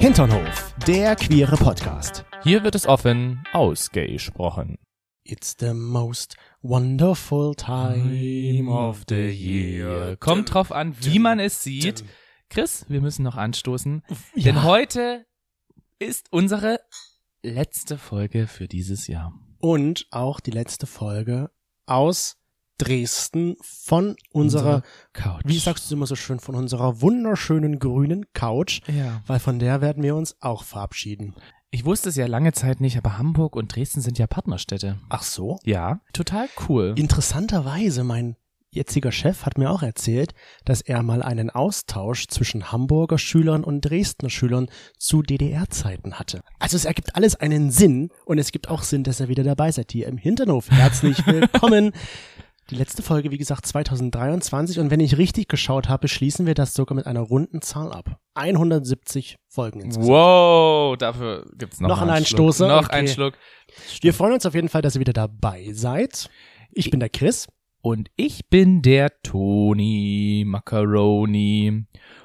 Hinternhof, der queere Podcast. Hier wird es offen ausgesprochen. It's the most wonderful time of the year. Kommt drauf an, wie man es sieht. Chris, wir müssen noch anstoßen, denn heute ist unsere letzte Folge für dieses Jahr. Und auch die letzte Folge aus Dresden von unserer Couch. Wie sagst du immer so schön, von unserer wunderschönen grünen Couch, Ja. weil von der werden wir uns auch verabschieden. Ich wusste es ja lange Zeit nicht, aber Hamburg und Dresden sind ja Partnerstädte. Ach so? Ja, total cool. Interessanterweise, mein jetziger Chef hat mir auch erzählt, dass er mal einen Austausch zwischen Hamburger Schülern und Dresdner Schülern zu DDR-Zeiten hatte. Also es ergibt alles einen Sinn und es gibt auch Sinn, dass er wieder dabei seid hier im Hinternhof. Herzlich willkommen. Die letzte Folge, wie gesagt, 2023 und wenn ich richtig geschaut habe, schließen wir das sogar mit einer runden Zahl ab. 170 Folgen insgesamt. Wow, dafür gibt's noch einen einen Stoßer? Schluck. Noch Okay. einen Schluck. Wir freuen uns auf jeden Fall, dass ihr wieder dabei seid. Ich bin der Chris. Und ich bin der Toni Macaroni.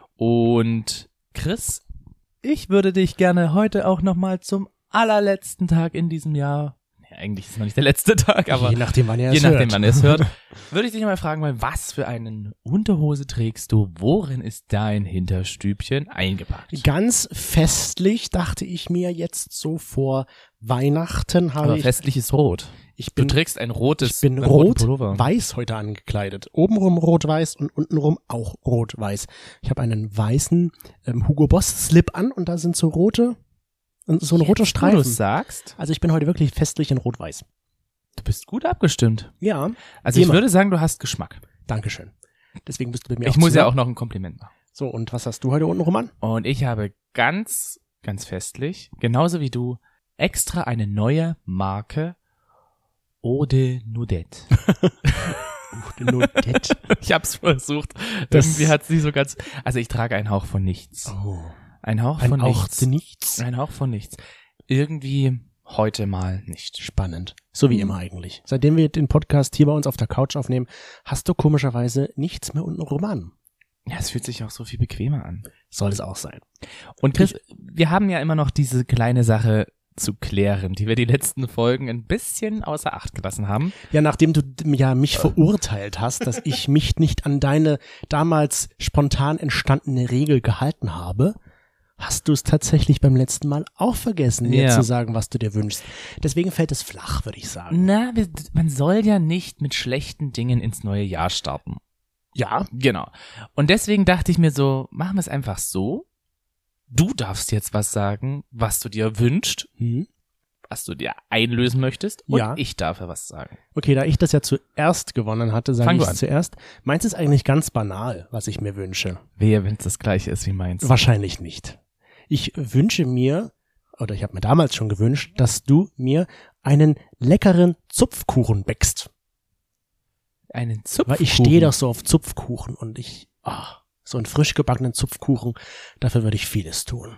Und Chris, ich würde dich gerne heute auch nochmal zum allerletzten Tag in diesem Jahr, ja, eigentlich ist es noch nicht der letzte Tag, aber Je nachdem, wann ihr je es nachdem, hört. wann ihr es hört, würde ich dich mal fragen, was für eine Unterhose trägst du? Worin ist dein Hinterstübchen eingepackt? Ganz festlich dachte ich mir jetzt so vor Weihnachten habe Aber ich, festlich ist rot. ich Du bin, trägst ein rotes, ich bin einen roten Pullover. rot-weiß heute angekleidet. Obenrum rot-weiß und untenrum auch rot-weiß. Ich habe einen weißen Hugo Boss Slip an und da sind so rote, so ein roter Wo du Streifen. sagst, Also ich bin heute wirklich festlich in rot-weiß. du bist gut abgestimmt. Ja, Also ich Immer. würde sagen, du hast Geschmack. Dankeschön. Deswegen bist du bei mir Ich auch muss ja zusammen. auch noch ein Kompliment machen. So, und was hast du heute untenrum an? Und ich habe ganz festlich, genauso wie du, extra eine neue Marke Eau de Nudette. Ich hab's versucht. Das- Irgendwie hat's nicht so ganz, also ich trage einen Hauch von nichts. Oh. Ein Hauch Ein von Hauch nichts. zu nichts. Ein Hauch von nichts. Irgendwie heute mal nicht. Spannend. So wie immer eigentlich. Seitdem wir den Podcast hier bei uns auf der Couch aufnehmen, hast du komischerweise nichts mehr untenrum an. Ja, es fühlt sich auch so viel bequemer an. Soll es auch sein. Und Chris, wir haben ja immer noch diese kleine Sache zu klären, die wir die letzten Folgen ein bisschen außer Acht gelassen haben. Ja, nachdem du ja mich verurteilt hast, dass ich mich nicht an deine damals spontan entstandene Regel gehalten habe, hast du es tatsächlich beim letzten Mal auch vergessen, mir Ja. zu sagen, was du dir wünschst. Deswegen fällt es flach, würde ich sagen. Na, man soll ja nicht mit schlechten Dingen ins neue Jahr starten. Ja, Genau. Und deswegen dachte ich mir so, machen wir es einfach so. Du darfst jetzt was sagen, was du dir wünschst, was du dir einlösen möchtest. Und Ja. ich darf ja was sagen. Okay, da ich das ja zuerst gewonnen hatte, sage Fang ich du an. es zuerst. Meins ist eigentlich ganz banal, was ich mir wünsche. Wehe, wenn es das gleiche ist wie meins. Wahrscheinlich nicht. Ich wünsche mir, oder ich habe mir damals schon gewünscht, dass du mir einen leckeren Zupfkuchen backst. Einen Zupfkuchen. Weil ich stehe doch so auf Zupfkuchen und so einen frisch gebackenen Zupfkuchen, dafür würde ich vieles tun.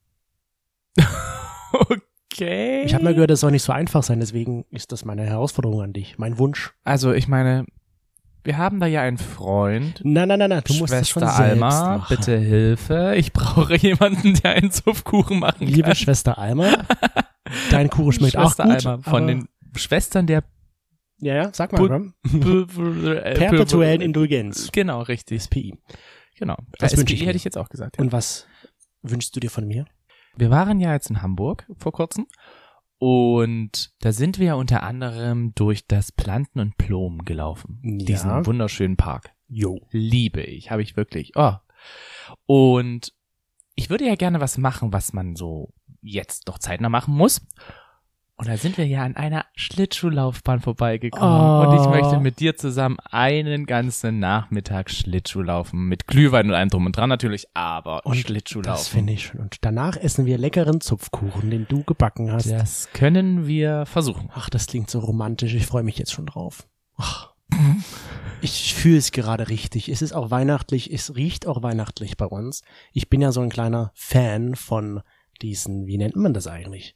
Okay. Ich habe mal gehört, das soll nicht so einfach sein, deswegen ist das meine Herausforderung an dich, mein Wunsch. Also ich meine, wir haben da ja einen Freund. Nein, du musst es schon Schwester selbst Alma, machen. bitte Hilfe. Ich brauche jemanden, der einen Zupfkuchen machen kann. Liebe Schwester Alma, dein Kuchen schmeckt auch Schwester gut. Alma, von aber- den Schwestern der Ja, sag mal. Perpetuellen Indulgenz. Genau, richtig. SPI. Genau. Das SPI wünsche ich mir. hätte ich jetzt auch gesagt. Ja. Und was wünschst du dir von mir? Wir waren ja jetzt in Hamburg vor kurzem und da sind wir ja unter anderem durch das Planten und Plom gelaufen. Ja. Diesen wunderschönen Park. Jo. Liebe ich, habe ich wirklich. Oh. Und ich würde ja gerne was machen, was man so jetzt doch zeitnah machen muss. Und da sind wir ja an einer Schlittschuhlaufbahn vorbeigekommen. Oh. Und ich möchte mit dir zusammen einen ganzen Nachmittag Schlittschuh laufen. Mit Glühwein und allem drum und dran natürlich, aber Und Schlittschuh das laufen. finde ich schön. Und danach essen wir leckeren Zupfkuchen, den du gebacken hast. Das können wir versuchen. Ach, das klingt so romantisch. Ich freue mich jetzt schon drauf. Ach. Ich fühle es gerade richtig. Es ist auch weihnachtlich. Es riecht auch weihnachtlich bei uns. Ich bin ja so ein kleiner Fan von diesen, wie nennt man das eigentlich?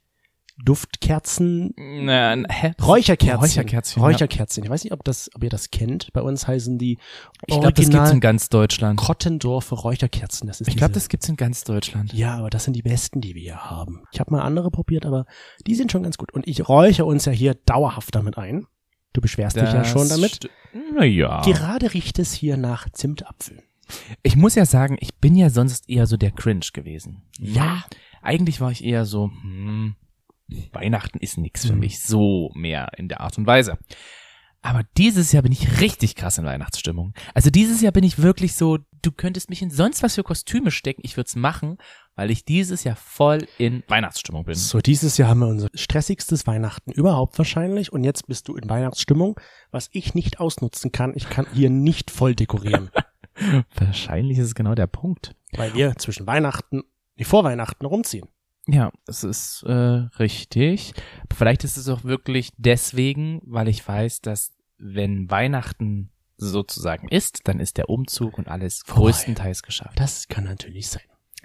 Duftkerzen, Hä? Räucherkerzen. Räucherkerzen. Ich weiß nicht, ob ihr das kennt. Bei uns heißen die Ich glaube, das gibt's in ganz Deutschland. Kottendorfer Räucherkerzen. Ich glaube, das gibt's in ganz Deutschland. Ja, aber das sind die besten, die wir hier haben. Ich habe mal andere probiert, aber die sind schon ganz gut. Und ich räuchere uns ja hier dauerhaft damit ein. Du beschwerst dich ja schon damit. Naja. Gerade riecht es hier nach Zimtapfel. Ich muss ja sagen, ich bin ja sonst eher so der Cringe gewesen. Ja. Eigentlich war ich eher so, Weihnachten ist nix für mich, so mehr in der Art und Weise. Aber dieses Jahr bin ich richtig krass in Weihnachtsstimmung. Also dieses Jahr bin ich wirklich so, du könntest mich in sonst was für Kostüme stecken, ich würde es machen, weil ich dieses Jahr voll in Weihnachtsstimmung bin. So, dieses Jahr haben wir unser stressigstes Weihnachten überhaupt wahrscheinlich und jetzt bist du in Weihnachtsstimmung, was ich nicht ausnutzen kann. Ich kann hier nicht voll dekorieren. Wahrscheinlich ist es genau der Punkt. Weil wir vor Weihnachten rumziehen. Ja, es ist richtig. Vielleicht ist es auch wirklich deswegen, weil ich weiß, dass wenn Weihnachten sozusagen ist, dann ist der Umzug und alles größtenteils geschafft. Das kann natürlich sein.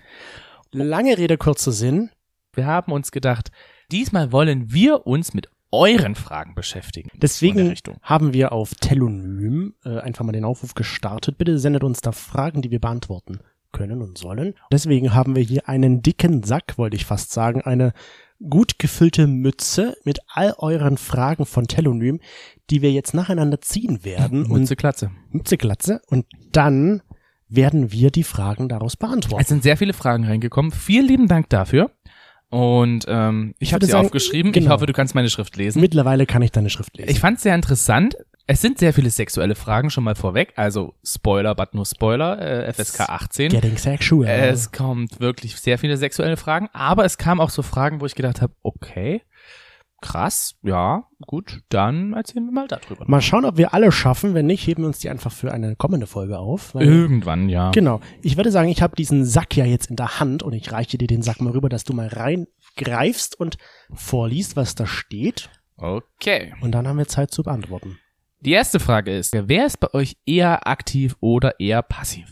Lange Rede, kurzer Sinn. Wir haben uns gedacht, diesmal wollen wir uns mit euren Fragen beschäftigen. Deswegen haben wir auf Telonym einfach mal den Aufruf gestartet. Bitte sendet uns da Fragen, die wir beantworten können und sollen. Deswegen haben wir hier einen dicken Sack, wollte ich fast sagen, eine gut gefüllte Mütze mit all euren Fragen von Telonym, die wir jetzt nacheinander ziehen werden. Mütze-Klatze. Und dann werden wir die Fragen daraus beantworten. Es sind sehr viele Fragen reingekommen. Vielen lieben Dank dafür. Und ich habe sie aufgeschrieben. Genau. Ich hoffe, du kannst meine Schrift lesen. Mittlerweile kann ich deine Schrift lesen. Ich fand es sehr interessant. Es sind sehr viele sexuelle Fragen schon mal vorweg. Also Spoiler, but no Spoiler, FSK 18. Getting sexual. Es kommt wirklich sehr viele sexuelle Fragen. Aber es kamen auch so Fragen, wo ich gedacht habe, okay, krass, ja, gut, dann erzählen wir mal darüber. Mal schauen, ob wir alle schaffen. Wenn nicht, heben wir uns die einfach für eine kommende Folge auf. Irgendwann, ja. Genau. Ich würde sagen, ich habe diesen Sack ja jetzt in der Hand und ich reiche dir den Sack mal rüber, dass du mal reingreifst und vorliest, was da steht. Okay. Und dann haben wir Zeit zu beantworten. Die erste Frage ist, wer ist bei euch eher aktiv oder eher passiv?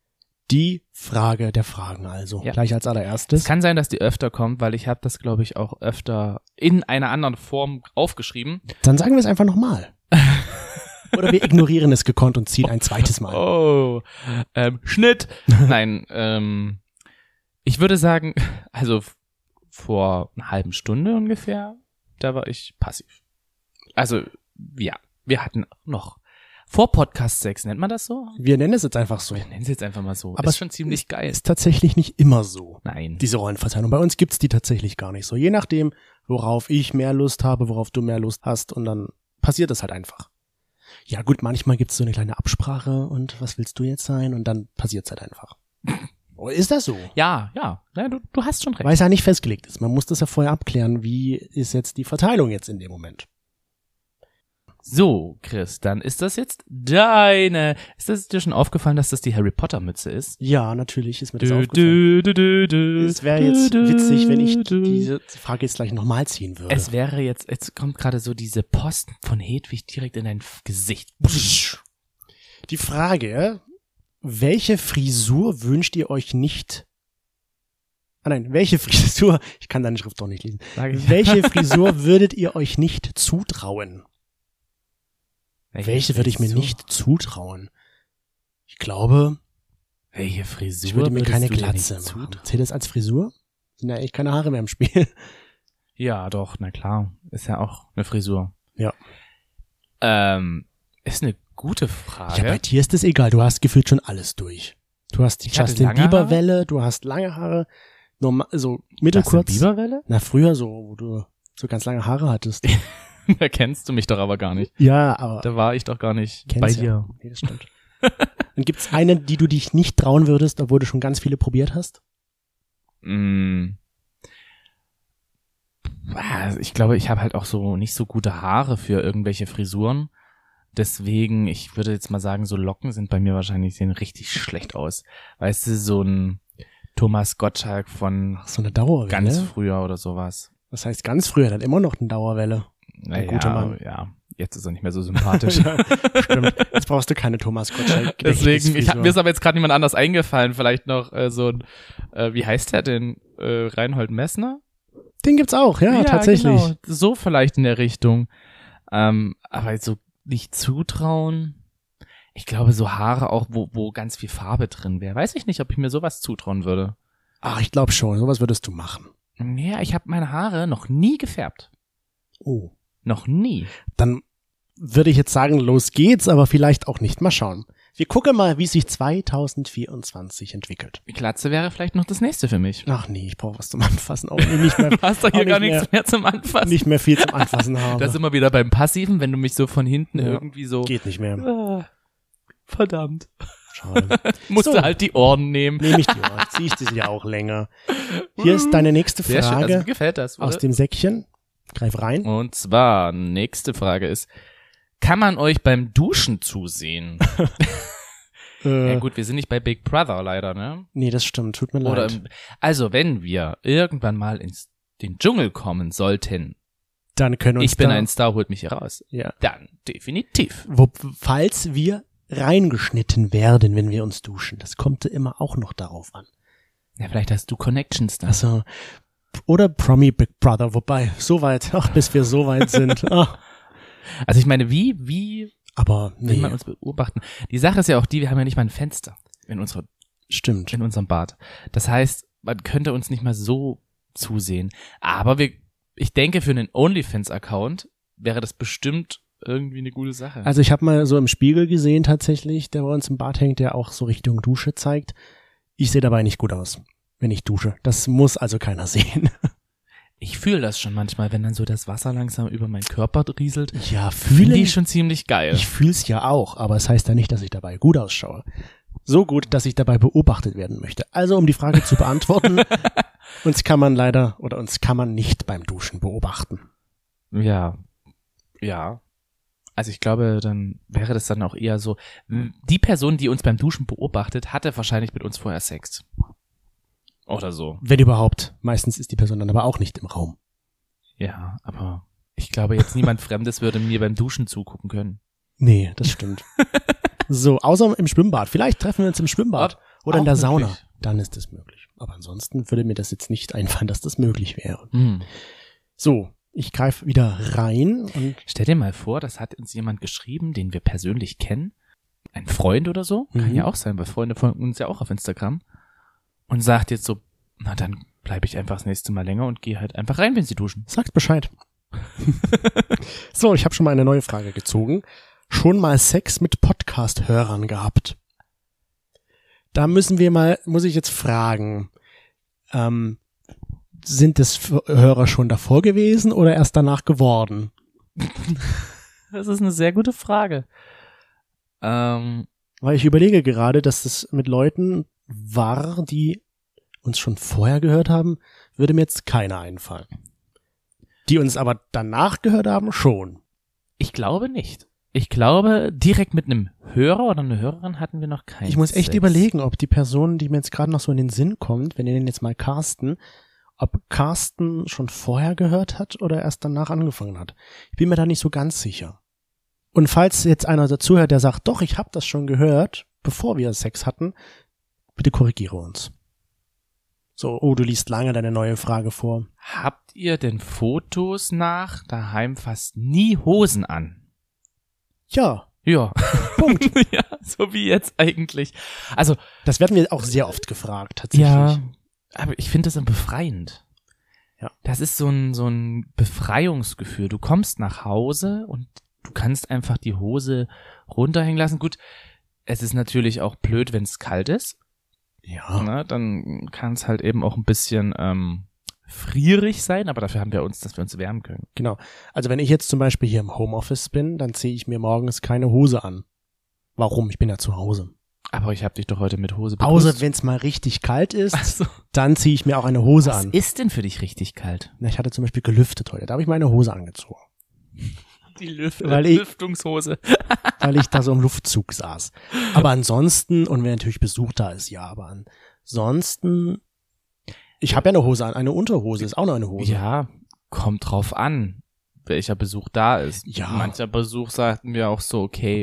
Die Frage der Fragen also, ja. Gleich als allererstes. Es kann sein, dass die öfter kommt, weil ich habe das, glaube ich, auch öfter in einer anderen Form aufgeschrieben. Dann sagen wir es einfach nochmal. Oder wir ignorieren es gekonnt und ziehen ein zweites Mal. Oh, Schnitt. Nein, ich würde sagen, also vor einer halben Stunde ungefähr, da war ich passiv. Also, ja, wir hatten noch vor Podcast 6, nennt man das so? Wir nennen es jetzt einfach so. Wir nennen es jetzt einfach mal so. Aber ist schon ziemlich geil. Ist tatsächlich nicht immer so. Nein. Diese Rollenverteilung. Bei uns gibt's die tatsächlich gar nicht so. Je nachdem, worauf ich mehr Lust habe, worauf du mehr Lust hast und dann passiert es halt einfach. Ja gut, manchmal gibt's so eine kleine Absprache und was willst du jetzt sein? Und dann passiert's halt einfach. Ist das so? Ja, du hast schon recht. Weil es ja nicht festgelegt ist. Man muss das ja vorher abklären, wie ist jetzt die Verteilung jetzt in dem Moment. So, Chris, dann ist das jetzt deine. Ist das dir schon aufgefallen, dass das die Harry Potter Mütze ist? Ja, natürlich ist mir das aufgefallen. Es wäre jetzt witzig, wenn ich diese Frage jetzt gleich nochmal ziehen würde. Es wäre jetzt kommt gerade so diese Post von Hedwig direkt in dein Gesicht. Die Frage, welche Frisur wünscht ihr euch nicht? Welche Frisur, ich kann deine Schrift doch nicht lesen. Welche Frisur würdet ihr euch nicht zutrauen? Welche würde ich mir nicht zutrauen? Ich glaube, welche Frisur? Ich würde mir keine Glatze machen. Zählt das als Frisur? Sind ja echt keine Haare mehr im Spiel. Ja, doch, na klar. Ist ja auch eine Frisur. Ja. Ist eine gute Frage. Ja, bei dir ist es egal. Du hast gefühlt schon alles durch. Du hast die Justin Bieber Welle, du hast lange Haare, normal, so mittelkurz. Justin Bieber Welle? Na, früher so, wo du so ganz lange Haare hattest. Da kennst du mich doch aber gar nicht. Ja, aber. Da war ich doch gar nicht bei dir. Ja. Nee, das stimmt. Dann gibt's eine, die du dich nicht trauen würdest, obwohl du schon ganz viele probiert hast? Ich glaube, ich habe halt auch so nicht so gute Haare für irgendwelche Frisuren. Deswegen, ich würde jetzt mal sagen, so Locken sind bei mir wahrscheinlich, sehen richtig schlecht aus. Weißt du, so ein Thomas Gottschalk von so eine Dauerwelle? Ganz früher oder sowas. Das heißt ganz früher, dann immer noch eine Dauerwelle. Ein guter Mann. Ja, jetzt ist er nicht mehr so sympathisch. Stimmt, jetzt brauchst du keine Thomas Gottschalk. Deswegen, mir ist aber jetzt gerade niemand anders eingefallen. Vielleicht noch so ein, wie heißt der denn? Reinhold Messner? Den gibt's auch, ja, tatsächlich. Genau. So vielleicht in der Richtung. Aber so nicht zutrauen. Ich glaube, so Haare auch, wo ganz viel Farbe drin wäre. Weiß ich nicht, ob ich mir sowas zutrauen würde. Ach, ich glaube schon. Sowas würdest du machen. Ja, ich habe meine Haare noch nie gefärbt. Oh. Noch nie. Dann würde ich jetzt sagen, los geht's, aber vielleicht auch nicht. Mal schauen. Wir gucken mal, wie sich 2024 entwickelt. Die Glatze wäre vielleicht noch das nächste für mich. Ach nee, ich brauche was zum Anfassen. Auch nicht mehr, Du hast doch hier auch gar nicht nichts mehr zum Anfassen. Nicht mehr viel zum Anfassen habe. Das ist immer wieder beim Passiven, wenn du mich so von hinten Ja, irgendwie so... geht nicht mehr. Verdammt. Schade. Musst du halt die Ohren nehmen. Nehme ich die Ohren. Zieh ich die ja auch länger. Hier ist deine nächste Sehr schön, also Frage mir gefällt das, oder? aus dem Säckchen. Greif rein. Und zwar, nächste Frage ist, kann man euch beim Duschen zusehen? Ja gut, wir sind nicht bei Big Brother leider, ne? Nee, das stimmt. Tut mir Oder leid. also wenn wir irgendwann mal ins den Dschungel kommen sollten, Dann können uns ich bin da, ein Star, holt mich hier raus. Ja. Dann definitiv. Falls wir reingeschnitten werden, wenn wir uns duschen. Das kommt immer auch noch darauf an. Ja, vielleicht hast du Connections da. Also, oder Promi Big Brother, wobei, so weit, bis wir so weit sind. Also ich meine, wie Aber will nee, man uns beobachten? Die Sache ist ja auch die, wir haben ja nicht mal ein Fenster in stimmt. unserem Bad. Das heißt, man könnte uns nicht mal so zusehen. Aber ich denke, für einen OnlyFans-Account wäre das bestimmt irgendwie eine gute Sache. Also ich habe mal so im Spiegel gesehen tatsächlich, der bei uns im Bad hängt, der auch so Richtung Dusche zeigt. Ich sehe dabei nicht gut aus, wenn ich dusche. Das muss also keiner sehen. Ich fühle das schon manchmal, wenn dann so das Wasser langsam über meinen Körper rieselt. Ja, Finde ich schon ziemlich geil. Ich fühl's ja auch, aber es heißt ja nicht, dass ich dabei gut ausschaue. So gut, dass ich dabei beobachtet werden möchte. Also, um die Frage zu beantworten, uns kann man nicht beim Duschen beobachten. Ja. Also ich glaube, dann wäre das dann auch eher so, die Person, die uns beim Duschen beobachtet, hatte wahrscheinlich mit uns vorher Sex. Oder so. Wenn überhaupt. Meistens ist die Person dann aber auch nicht im Raum. Ja, aber ich glaube jetzt niemand Fremdes würde mir beim Duschen zugucken können. Nee, das stimmt. So, außer im Schwimmbad. Vielleicht treffen wir uns im Schwimmbad oder in auch der Sauna. möglich. Dann ist es möglich. Aber ansonsten würde mir das jetzt nicht einfallen, dass das möglich wäre. Hm. So, ich greife wieder rein und Stell dir mal vor, das hat uns jemand geschrieben, den wir persönlich kennen. Ein Freund oder so. Kann ja auch sein, weil Freunde folgen uns ja auch auf Instagram. Und sagt jetzt so, na dann bleibe ich einfach das nächste Mal länger und gehe halt einfach rein, wenn sie duschen. sagt Bescheid. So, ich habe schon mal eine neue Frage gezogen. Schon mal Sex mit Podcast-Hörern gehabt? Da muss ich jetzt fragen, sind es Hörer schon davor gewesen oder erst danach geworden? Das ist eine sehr gute Frage. Weil ich überlege gerade, dass das mit Leuten war, die uns schon vorher gehört haben, würde mir jetzt keiner einfallen. Die uns aber danach gehört haben, schon. Ich glaube nicht. Ich glaube, direkt mit einem Hörer oder einer Hörerin hatten wir noch keinen Ich muss echt Sex. überlegen, ob die Person, die mir jetzt gerade noch so in den Sinn kommt, wir nennen ihn jetzt mal Carsten, ob Carsten schon vorher gehört hat oder erst danach angefangen hat. Ich bin mir da nicht so ganz sicher. Und falls jetzt einer dazuhört, der sagt, doch, ich habe das schon gehört, bevor wir Sex hatten, bitte korrigiere uns. So, oh, du liest lange deine neue Frage vor. Habt ihr denn Fotos nach daheim fast nie Hosen an? Ja, Ja. Punkt. Ja, so wie jetzt eigentlich. Also, Das werden wir auch sehr oft gefragt, tatsächlich. ja, aber ich finde das dann befreiend. Ja. Das ist so ein Befreiungsgefühl. Du kommst nach Hause und du kannst einfach die Hose runterhängen lassen. Gut, es ist natürlich auch blöd, wenn es kalt ist. Ja. Ne? Dann kann es halt eben auch ein bisschen frierig sein, aber dafür haben wir uns, dass wir uns wärmen können. Genau. Also wenn ich jetzt zum Beispiel hier im Homeoffice bin, dann ziehe ich mir morgens keine Hose an. Warum? Ich bin ja zu Hause. Aber ich habe dich doch heute mit Hose begrüßt. Außer wenn es mal richtig kalt ist, Ach so. dann ziehe ich mir auch eine Hose Was an. ist denn für dich richtig kalt? Na, ich hatte zum Beispiel gelüftet heute, da habe ich meine Hose angezogen, Die Weil ich- Lüftungshose. weil ich da so im Luftzug saß. Aber ansonsten, und wenn natürlich Besuch da ist, ja, aber ansonsten, ich habe ja eine Hose an, eine Unterhose ist auch noch eine Hose. Ja, kommt drauf an, welcher Besuch da ist. Ja. Mancher Besuch sagten wir auch so, okay,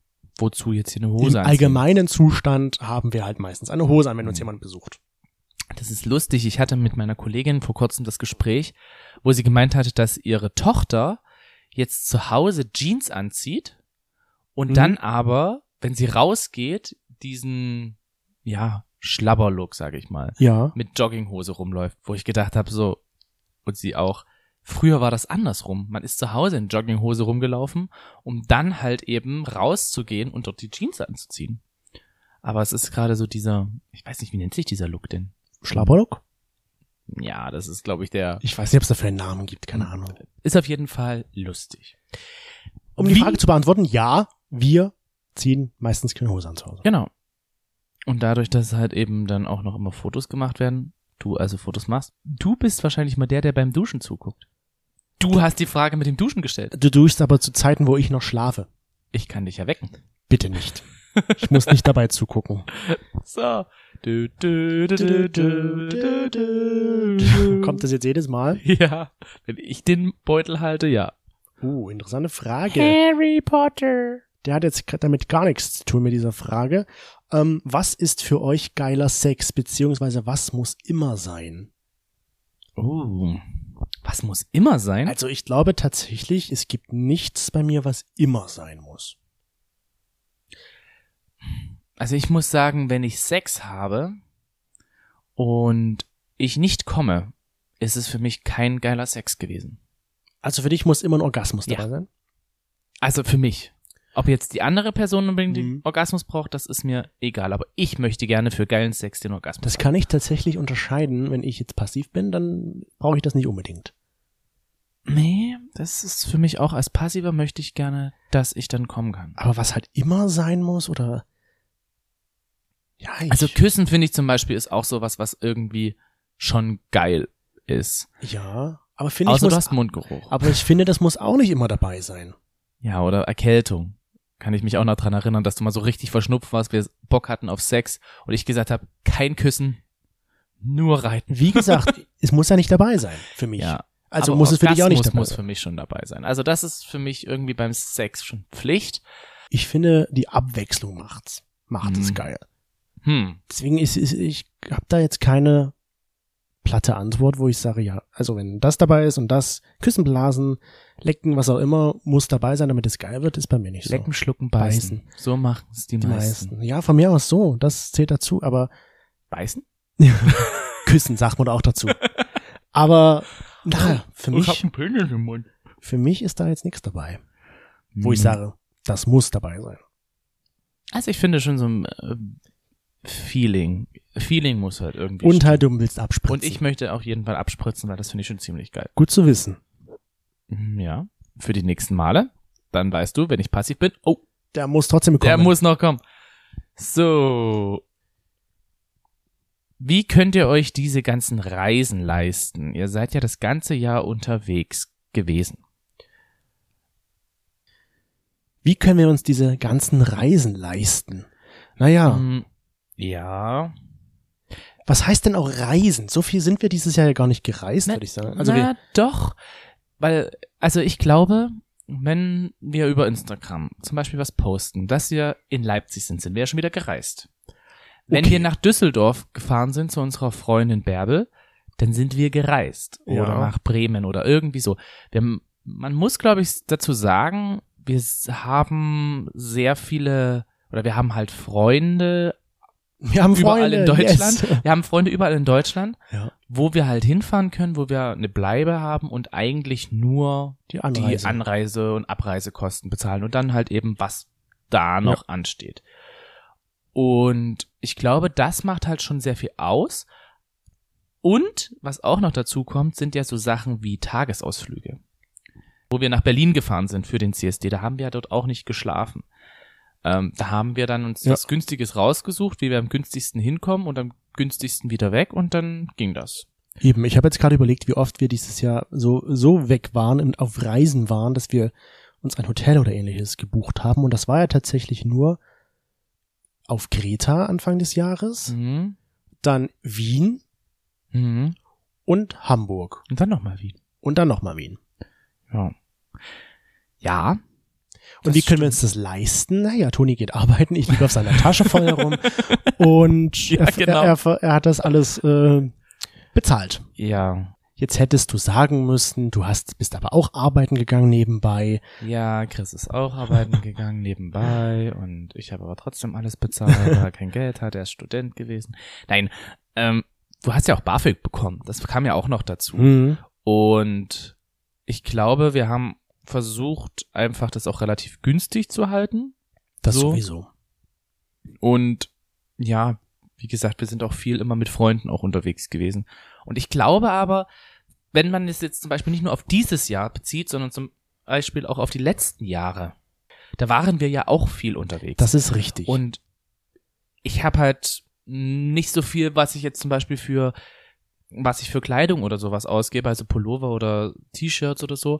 wozu jetzt hier eine Im Hose anziehen? allgemeinen Zustand haben wir halt meistens eine Hose an, wenn uns jemand besucht. Das ist lustig. Ich hatte mit meiner Kollegin vor kurzem das Gespräch, wo sie gemeint hatte, dass ihre Tochter jetzt zu Hause Jeans anzieht und dann aber, wenn sie rausgeht, diesen, ja, Schlabberlook, sage ich mal, mit Jogginghose rumläuft, wo ich gedacht habe, so, und sie auch, früher war das andersrum. Man ist zu Hause in Jogginghose rumgelaufen, um dann halt eben rauszugehen und dort die Jeans anzuziehen. Aber es ist gerade so dieser, ich weiß nicht, wie nennt sich dieser Look denn? Schlabberlook? Ja, das ist, glaube ich, der... Ich weiß nicht, ob es dafür einen Namen gibt, keine Ahnung. Ist auf jeden Fall lustig. Um die Frage zu beantworten, ja, wir ziehen meistens keine Hose an zu Hause. Genau. Und dadurch, dass halt eben dann auch noch immer Fotos gemacht werden, du also Fotos machst, du bist wahrscheinlich mal der beim Duschen zuguckt. Du hast die Frage mit dem Duschen gestellt. Du duschst aber zu Zeiten, wo ich noch schlafe. Ich kann dich ja wecken. Bitte nicht. Ich muss nicht dabei zugucken. So. Kommt das jetzt jedes Mal? Ja, wenn ich den Beutel halte, ja. Interessante Frage. Harry Potter. Der hat jetzt damit gar nichts zu tun mit dieser Frage. Was ist für euch geiler Sex, beziehungsweise was muss immer sein? Was muss immer sein? Also ich glaube tatsächlich, es gibt nichts bei mir, was immer sein muss. Also ich muss sagen, wenn ich Sex habe und ich nicht komme, ist es für mich kein geiler Sex gewesen. Also für dich muss immer ein Orgasmus dabei sein? Also für mich. Ob jetzt die andere Person unbedingt den Orgasmus braucht, das ist mir egal. Aber ich möchte gerne für geilen Sex den Orgasmus. Das kann ich tatsächlich unterscheiden. Wenn ich jetzt passiv bin, dann brauche ich das nicht unbedingt. Nee, das ist für mich auch, als Passiver möchte ich gerne, dass ich dann kommen kann. Aber was halt immer sein muss, oder? Ja, also Küssen, finde ich zum Beispiel, ist auch sowas, was irgendwie schon geil ist. Ja, aber finde ich, außer du hast Mundgeruch. Aber ich finde, das muss auch nicht immer dabei sein. Ja, oder Erkältung. Kann ich mich auch noch dran erinnern, dass du mal so richtig verschnupft warst, wir Bock hatten auf Sex und ich gesagt habe, kein Küssen, nur reiten. Wie gesagt, es muss ja nicht dabei sein für mich. Ja. Also aber muss es für dich auch nicht dabei sein. Muss für mich schon dabei sein. Also das ist für mich irgendwie beim Sex schon Pflicht. Ich finde, die Abwechslung macht es geil. Deswegen ich habe da jetzt keine platte Antwort, wo ich sage, ja, also wenn das dabei ist und das, Küssen, Blasen, Lecken, was auch immer, muss dabei sein, damit es geil wird, ist bei mir nicht so. Lecken, schlucken, beißen. So machen es die meisten. Ja, von mir aus so, das zählt dazu, aber beißen? Küssen sagt man auch dazu. Aber für ich hab einen Penis im Mund. Für mich ist da jetzt nichts dabei, wo ich sage, das muss dabei sein. Also ich finde schon so ein Feeling muss halt irgendwie und halt, du willst abspritzen. Und ich möchte auf jeden Fall abspritzen, weil das finde ich schon ziemlich geil. Gut zu wissen. Ja, für die nächsten Male. Dann weißt du, wenn ich passiv bin, der muss trotzdem kommen. Der muss noch kommen. So. Wie könnt ihr euch diese ganzen Reisen leisten? Ihr seid ja das ganze Jahr unterwegs gewesen. Wie können wir uns diese ganzen Reisen leisten? Naja. Ja. Was heißt denn auch Reisen? So viel sind wir dieses Jahr ja gar nicht gereist, würde ich sagen. Also doch. Weil, also ich glaube, wenn wir über Instagram zum Beispiel was posten, dass wir in Leipzig sind wir ja schon wieder gereist. Wenn wir nach Düsseldorf gefahren sind zu unserer Freundin Bärbel, dann sind wir gereist. Oder nach Bremen oder irgendwie so. Man muss, glaube ich, dazu sagen, wir haben sehr viele, oder wir haben halt Freunde. Wir haben überall Freunde in Deutschland. Yes. Wir haben Freunde überall in Deutschland, wo wir halt hinfahren können, wo wir eine Bleibe haben und eigentlich nur die Anreise- und Abreisekosten bezahlen und dann halt eben, was da noch ansteht. Und ich glaube, das macht halt schon sehr viel aus. Und was auch noch dazu kommt, sind ja so Sachen wie Tagesausflüge. Wo wir nach Berlin gefahren sind für den CSD, da haben wir ja dort auch nicht geschlafen. Da haben wir dann uns was Günstiges rausgesucht, wie wir am günstigsten hinkommen und am günstigsten wieder weg und dann ging das. Eben, ich habe jetzt gerade überlegt, wie oft wir dieses Jahr so weg waren und auf Reisen waren, dass wir uns ein Hotel oder ähnliches gebucht haben und das war ja tatsächlich nur auf Kreta Anfang des Jahres, dann Wien und Hamburg. Und dann nochmal Wien. Und dann nochmal Wien. Ja. Und wie können wir uns das leisten? Naja, Toni geht arbeiten, ich liege auf seiner Tasche voll herum und Ja, genau. er hat das alles bezahlt. Ja. Jetzt hättest du sagen müssen, bist aber auch arbeiten gegangen nebenbei. Ja, Chris ist auch arbeiten gegangen nebenbei und ich habe aber trotzdem alles bezahlt, weil er kein Geld hat, er ist Student gewesen. Nein, du hast ja auch BAföG bekommen, das kam ja auch noch dazu. Mhm. Und ich glaube, wir haben versucht, einfach das auch relativ günstig zu halten. Das So. sowieso. Und ja, wie gesagt, wir sind auch viel immer mit Freunden auch unterwegs gewesen. Und ich glaube aber, wenn man es jetzt zum Beispiel nicht nur auf dieses Jahr bezieht, sondern zum Beispiel auch auf die letzten Jahre, da waren wir ja auch viel unterwegs. Das ist richtig. Und ich habe halt nicht so viel, was ich jetzt zum Beispiel für Kleidung oder sowas ausgebe, also Pullover oder T-Shirts oder so.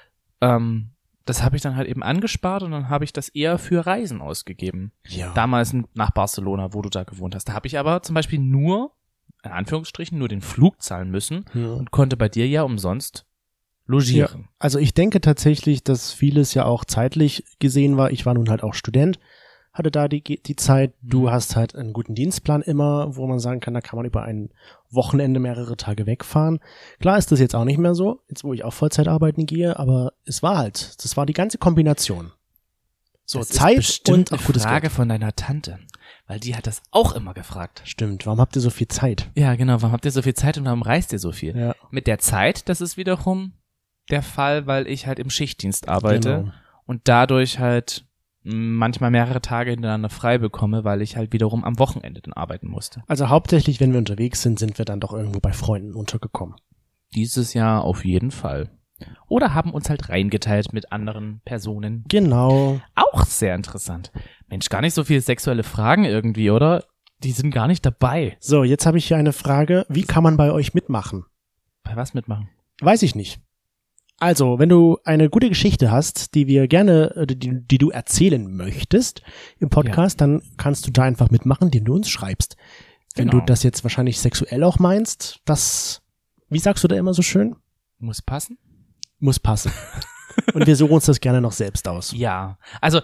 Das habe ich dann halt eben angespart und dann habe ich das eher für Reisen ausgegeben. ja. Damals nach Barcelona, wo du da gewohnt hast. Da habe ich aber zum Beispiel nur, in Anführungsstrichen, nur den Flug zahlen müssen Ja. und konnte bei dir ja umsonst logieren. Also ich denke tatsächlich, dass vieles ja auch zeitlich gesehen war. Ich war nun halt auch Student, hatte da die Zeit. Du hast halt einen guten Dienstplan immer, wo man sagen kann, da kann man über ein Wochenende mehrere Tage wegfahren. Klar ist das jetzt auch nicht mehr so, jetzt wo ich auch Vollzeit arbeiten gehe, aber das war die ganze Kombination. So Das Zeit ist bestimmt und eine gutes Frage Geld. von deiner Tante, weil die hat das auch immer gefragt. Stimmt, warum habt ihr so viel Zeit? Ja, genau, warum habt ihr so viel Zeit und warum reist ihr so viel? Ja, Mit der Zeit, das ist wiederum der Fall, weil ich halt im Schichtdienst arbeite genau. und dadurch halt manchmal mehrere Tage hintereinander frei bekomme, weil ich halt wiederum am Wochenende dann arbeiten musste. Also hauptsächlich, wenn wir unterwegs sind, sind wir dann doch irgendwo bei Freunden untergekommen. Dieses Jahr auf jeden Fall. Oder haben uns halt reingeteilt mit anderen Personen. Genau. Auch sehr interessant. Mensch, gar nicht so viele sexuelle Fragen irgendwie, oder? Die sind gar nicht dabei. So, jetzt habe ich hier eine Frage. Wie kann man bei euch mitmachen? Bei was mitmachen? Weiß ich nicht. Also, wenn du eine gute Geschichte hast, die wir gerne, die du erzählen möchtest im Podcast, dann kannst du da einfach mitmachen, indem du uns schreibst. Wenn Genau. du das jetzt wahrscheinlich sexuell auch meinst, wie sagst du da immer so schön? Muss passen? Muss passen. Und wir suchen uns das gerne noch selbst aus. Ja. Also,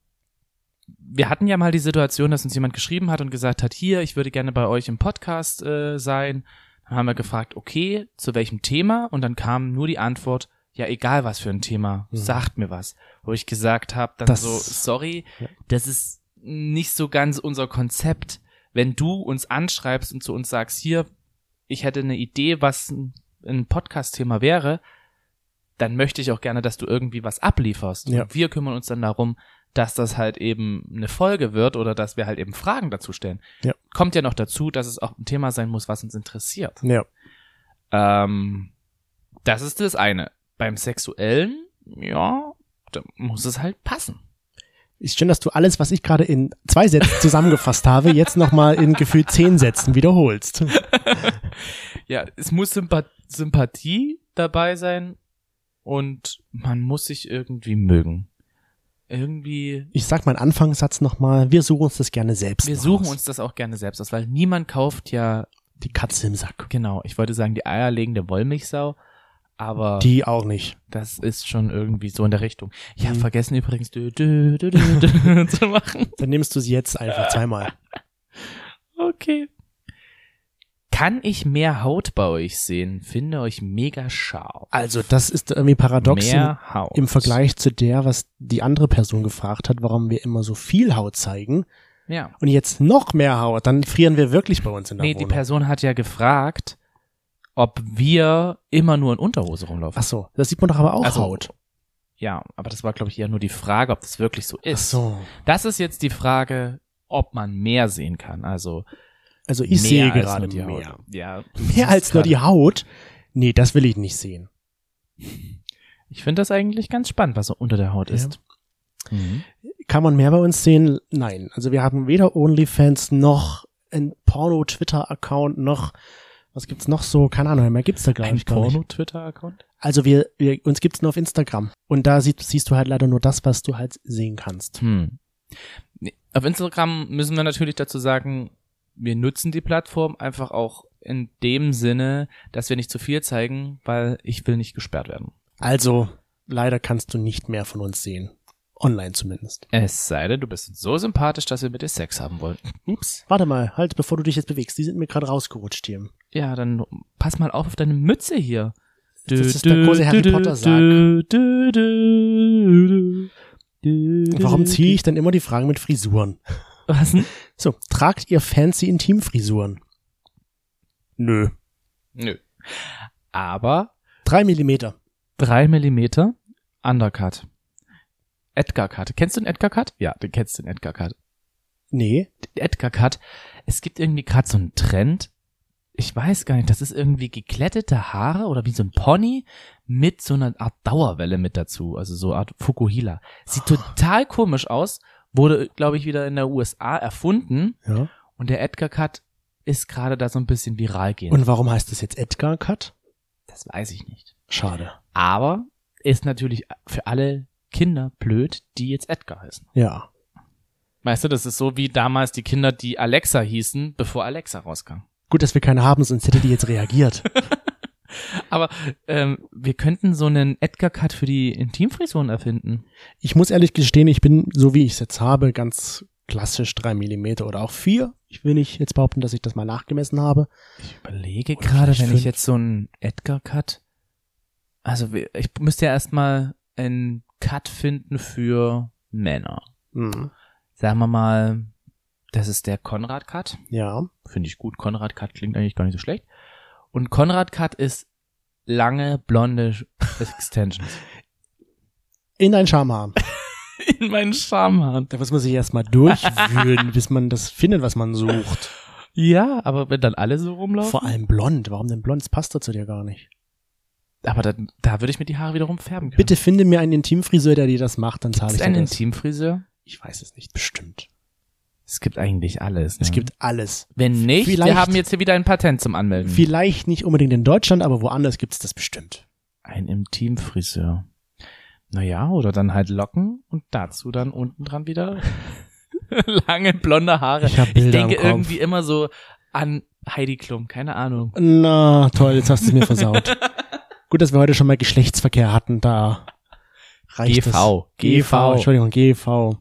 wir hatten ja mal die Situation, dass uns jemand geschrieben hat und gesagt hat, hier, ich würde gerne bei euch im Podcast sein. Dann haben wir gefragt, okay, zu welchem Thema? Und dann kam nur die Antwort, ja, egal was für ein Thema, sagt mir was. Wo ich gesagt habe, dann Das- so, sorry, Ja. das ist nicht so ganz unser Konzept. Wenn du uns anschreibst und zu uns sagst, hier, ich hätte eine Idee, was ein Podcast-Thema wäre, dann möchte ich auch gerne, dass du irgendwie was ablieferst. Ja. Und wir kümmern uns dann darum, dass das halt eben eine Folge wird oder dass wir halt eben Fragen dazu stellen. Ja. Kommt ja noch dazu, dass es auch ein Thema sein muss, was uns interessiert. Ja. Das ist das eine. Beim Sexuellen, ja, da muss es halt passen. Ist schön, dass du alles, was ich gerade in 2 Sätzen zusammengefasst habe, jetzt nochmal in gefühlt 10 Sätzen wiederholst. Ja, es muss Sympathie dabei sein und man muss sich irgendwie mögen. Irgendwie, Ich sag meinen Anfangssatz nochmal, wir suchen uns das gerne selbst wir noch suchen aus. uns das auch gerne selbst aus, weil niemand kauft ja, Die Katze im Sack. genau, ich wollte sagen, die eierlegende Wollmilchsau, aber Die auch nicht. das ist schon irgendwie so in der Richtung. Ich habe Mhm. vergessen übrigens zu machen. Dann nimmst du sie jetzt einfach 2-mal. Okay. Kann ich mehr Haut bei euch sehen? Finde euch mega scharf. Also das ist irgendwie paradox Mehr Haut. im Vergleich zu der, was die andere Person gefragt hat, warum wir immer so viel Haut zeigen Ja. und jetzt noch mehr Haut, dann frieren wir wirklich bei uns in der Nee, die Wohnung. Person hat ja gefragt, ob wir immer nur in Unterhose rumlaufen. Ach so, das sieht man doch aber auch Also, Haut. Ja, aber das war, glaube ich, eher nur die Frage, ob das wirklich so Ach ist. so. Das ist jetzt die Frage, ob man mehr sehen kann. Also Also ich mehr sehe als gerade nur die mehr. Haut. Ja, Mehr als nur die Haut? Nee, das will ich nicht sehen. Ich finde das eigentlich ganz spannend, was so unter der Haut Ja. ist. Mhm. Kann man mehr bei uns sehen? Nein. Also wir haben weder OnlyFans noch ein Porno-Twitter-Account noch, was gibt's noch so? Keine Ahnung, mehr gibt's da gar Ein nicht. glaub ich. Porno-Twitter-Account? Also uns gibt's nur auf Instagram. Und da siehst du halt leider nur das, was du halt sehen kannst. Nee, auf Instagram müssen wir natürlich dazu sagen, wir nutzen die Plattform einfach auch in dem Sinne, dass wir nicht zu viel zeigen, weil ich will nicht gesperrt werden. Also, leider kannst du nicht mehr von uns sehen. Online zumindest. Es sei denn, du bist so sympathisch, dass wir mit dir Sex haben wollen. Ups, warte mal, halt, bevor du dich jetzt bewegst. Die sind mir gerade rausgerutscht hier. Ja, dann pass mal auf deine Mütze hier. Das ist der große Harry Potter Sarg. Warum ziehe ich dann immer die Fragen mit Frisuren? Was denn? So, tragt ihr fancy Intimfrisuren? Nö. Nö. Aber 3 Millimeter. 3 Millimeter Undercut. Edgar Cut. Kennst du den Edgar Cut? Ja, den kennst du, den Edgar Cut. Nee. Edgar Cut. Es gibt irgendwie gerade so einen Trend. Ich weiß gar nicht, das ist irgendwie geglättete Haare oder wie so ein Pony mit so einer Art Dauerwelle mit dazu. Also so eine Art Fukuhila. Sieht total komisch aus. Wurde, glaube ich, wieder in der USA erfunden. Ja. Und der Edgar Cut ist gerade da so ein bisschen viral gehen. Und warum heißt das jetzt Edgar Cut? Das weiß ich nicht. Schade. Aber ist natürlich für alle Kinder blöd, die jetzt Edgar heißen. Ja. Weißt du, das ist so wie damals die Kinder, die Alexa hießen, bevor Alexa rauskam. Gut, dass wir keine haben, sonst hätte die jetzt reagiert. Aber wir könnten so einen Edgar-Cut für die Intimfrisuren erfinden. Ich muss ehrlich gestehen, ich bin, so wie ich es jetzt habe, ganz klassisch 3 Millimeter oder auch 4. Ich will nicht jetzt behaupten, dass ich das mal nachgemessen habe. Ich überlege Oder gerade, vielleicht wenn ich 5. jetzt so einen Edgar-Cut, also ich müsste ja erstmal einen Cut finden für Männer. Mhm. Sagen wir mal, das ist der Konrad-Cut. Ja. Finde ich gut. Konrad-Cut klingt eigentlich gar nicht so schlecht. Und Konrad-Cut ist lange, blonde Extensions. In dein Schamhaar. In meinen Schamhaaren. Da muss man sich erstmal durchwühlen, bis man das findet, was man sucht. Ja, aber wenn dann alle so rumlaufen. Vor allem blond. Warum denn blond? Das passt doch zu dir gar nicht. Aber da würde ich mir die Haare wiederum färben können. Bitte finde mir einen Intimfriseur, der dir das macht, dann zahle ich Ist dir ein das. Intimfriseur? Ich weiß es nicht, bestimmt. Es gibt eigentlich alles. Ne? Es gibt alles. Wenn nicht, Vielleicht- wir haben jetzt hier wieder ein Patent zum Anmelden. Vielleicht nicht unbedingt in Deutschland, aber woanders gibt's das bestimmt. Ein Intimfriseur. Naja, oder dann halt Locken und dazu dann unten dran wieder lange blonde Haare. Ich hab Bilder denke im Kopf. irgendwie immer so an Heidi Klum, keine Ahnung. Na, toll, jetzt hast du es mir versaut. Gut, dass wir heute schon mal Geschlechtsverkehr hatten, da reicht GV. es. GV, Entschuldigung, GV.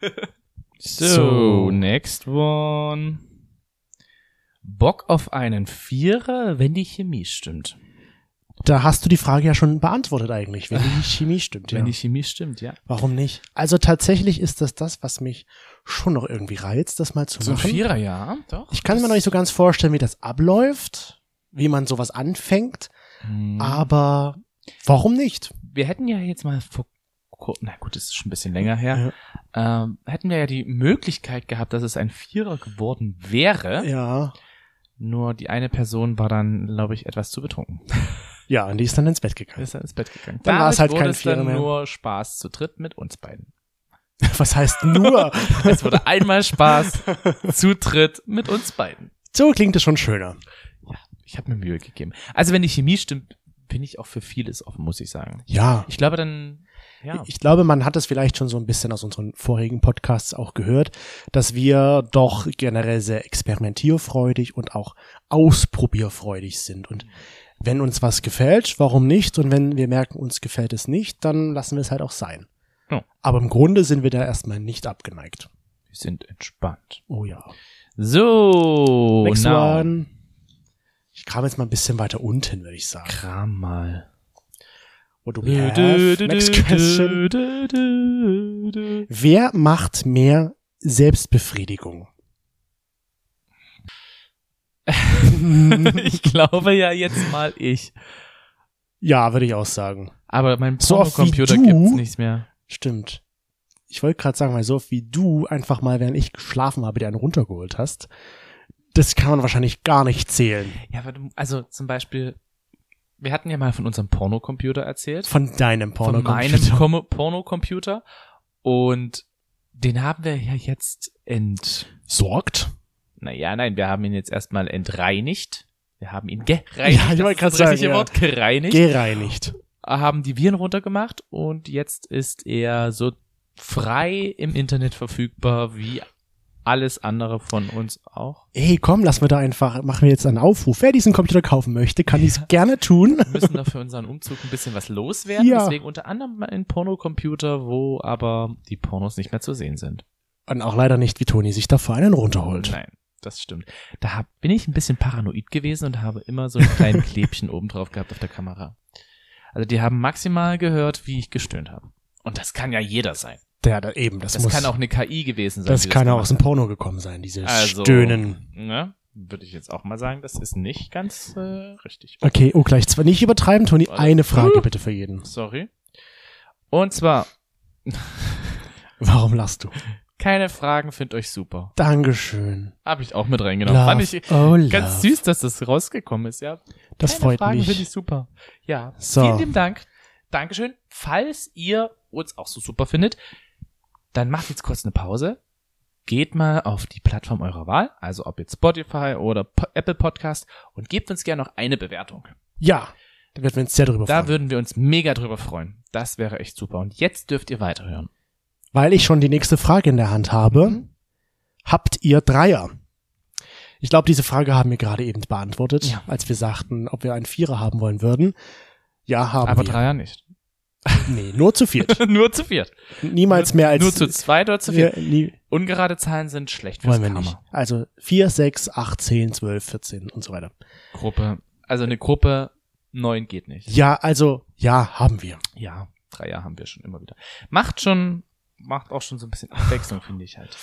So, next one. Bock auf einen Vierer, wenn die Chemie stimmt. Da hast du die Frage ja schon beantwortet eigentlich, wenn die Chemie stimmt. Wenn Ja. die Chemie stimmt, ja. Warum nicht? Also tatsächlich ist das, was mich schon noch irgendwie reizt, das mal zu So ein machen. Vierer, ja, doch. Ich kann mir noch nicht so ganz vorstellen, wie das abläuft, wie man sowas anfängt, aber warum nicht? Wir hätten ja jetzt mal na gut, das ist schon ein bisschen länger her, hätten wir ja die Möglichkeit gehabt, dass es ein Vierer geworden wäre. Ja. Nur die eine Person war dann, glaube ich, etwas zu betrunken. Ja, und die ist dann ins Bett gegangen. Ist dann ins Bett gegangen. Dann war es halt wurde kein es dann Vierer mehr. nur Spaß zu dritt mit uns beiden. Was heißt nur? Es wurde einmal Spaß zu dritt mit uns beiden. So klingt es schon schöner. Ja, ich habe mir Mühe gegeben. Also wenn die Chemie stimmt, bin ich auch für vieles offen, muss ich sagen. Ja. Ich glaube dann, ja. Ich glaube, man hat es vielleicht schon so ein bisschen aus unseren vorigen Podcasts auch gehört, dass wir doch generell sehr experimentierfreudig und auch ausprobierfreudig sind. Und wenn uns was gefällt, warum nicht? Und wenn wir merken, uns gefällt es nicht, dann lassen wir es halt auch sein. Ja. Aber im Grunde sind wir da erstmal nicht abgeneigt. Wir sind entspannt. Oh ja. So, Next now. one. Ich kram jetzt mal ein bisschen weiter unten, würde ich sagen. Kram mal. What do we have? Next question. Wer macht mehr Selbstbefriedigung? Ich glaube ja jetzt mal ich. Ja, würde ich auch sagen. Aber mein So oft wie Pornocomputer du? gibt's nichts mehr. Stimmt. Ich wollte gerade sagen, weil so oft wie du einfach mal, während ich geschlafen habe, dir einen runtergeholt hast, das kann man wahrscheinlich gar nicht zählen. Ja, aber also zum Beispiel, wir hatten ja mal von unserem Pornocomputer erzählt. Von deinem Von Pornocomputer. meinem Pornocomputer. Und den haben wir ja jetzt Sorgt? Naja, nein, wir haben ihn jetzt erstmal entreinigt. Wir haben ihn gereinigt. Ja, ich wollte gerade das sagen, richtige ja. Wort, gereinigt. Gereinigt. Haben die Viren runtergemacht und jetzt ist er so frei im Internet verfügbar wie alles andere von uns auch. Ey, komm, machen wir jetzt einen Aufruf. Wer diesen Computer kaufen möchte, kann dies gerne tun. Wir müssen da für unseren Umzug ein bisschen was loswerden. Ja. Deswegen unter anderem ein Pornocomputer, wo aber die Pornos nicht mehr zu sehen sind. Und auch leider nicht, wie Toni sich davor einen runterholt. Nein, das stimmt. Bin ich ein bisschen paranoid gewesen und habe immer so ein kleines Klebchen oben drauf gehabt auf der Kamera. Also die haben maximal gehört, wie ich gestöhnt habe. Und das kann ja jeder sein. Ja, das kann auch eine KI gewesen sein. Das kann auch aus dem Porno gekommen sein, dieses Stöhnen. Ne, würde ich jetzt auch mal sagen, das ist nicht ganz richtig. Okay, gleich zwar nicht übertreiben, Toni. Eine Frage bitte für jeden. Sorry. Und zwar, warum lachst du? keine Fragen, find euch super. Dankeschön. Habe ich auch mit reingenommen. Fand ich ganz süß, dass das rausgekommen ist, ja. Das keine freut Fragen, mich. Finde ich super. Ja, so. Vielen lieben Dank. Dankeschön. Falls ihr uns auch so super findet, dann macht jetzt kurz eine Pause. Geht mal auf die Plattform eurer Wahl, also ob jetzt Spotify oder Apple Podcast, und gebt uns gerne noch eine Bewertung. Ja, da würden wir uns sehr drüber freuen. Da würden wir uns mega drüber freuen. Das wäre echt super. Und jetzt dürft ihr weiterhören. Weil ich schon die nächste Frage in der Hand habe. Habt ihr Dreier? Ich glaube, diese Frage haben wir gerade eben beantwortet, als wir sagten, ob wir einen Vierer haben wollen würden. Ja, haben Aber wir. Dreier nicht. Nee, nur zu viert. Nur zu viert. Niemals mehr als... Nur zu zweit oder zu viert. Nie, Ungerade Zahlen sind schlecht fürs wollen wir Karma. nicht. Also 4, 6, 8, 10, 12, 14 und so weiter. Gruppe. Also eine Gruppe 9 geht nicht. Ja, also, ja, haben wir. Ja, 3 haben wir schon immer wieder. Macht auch schon so ein bisschen Abwechslung, finde ich halt.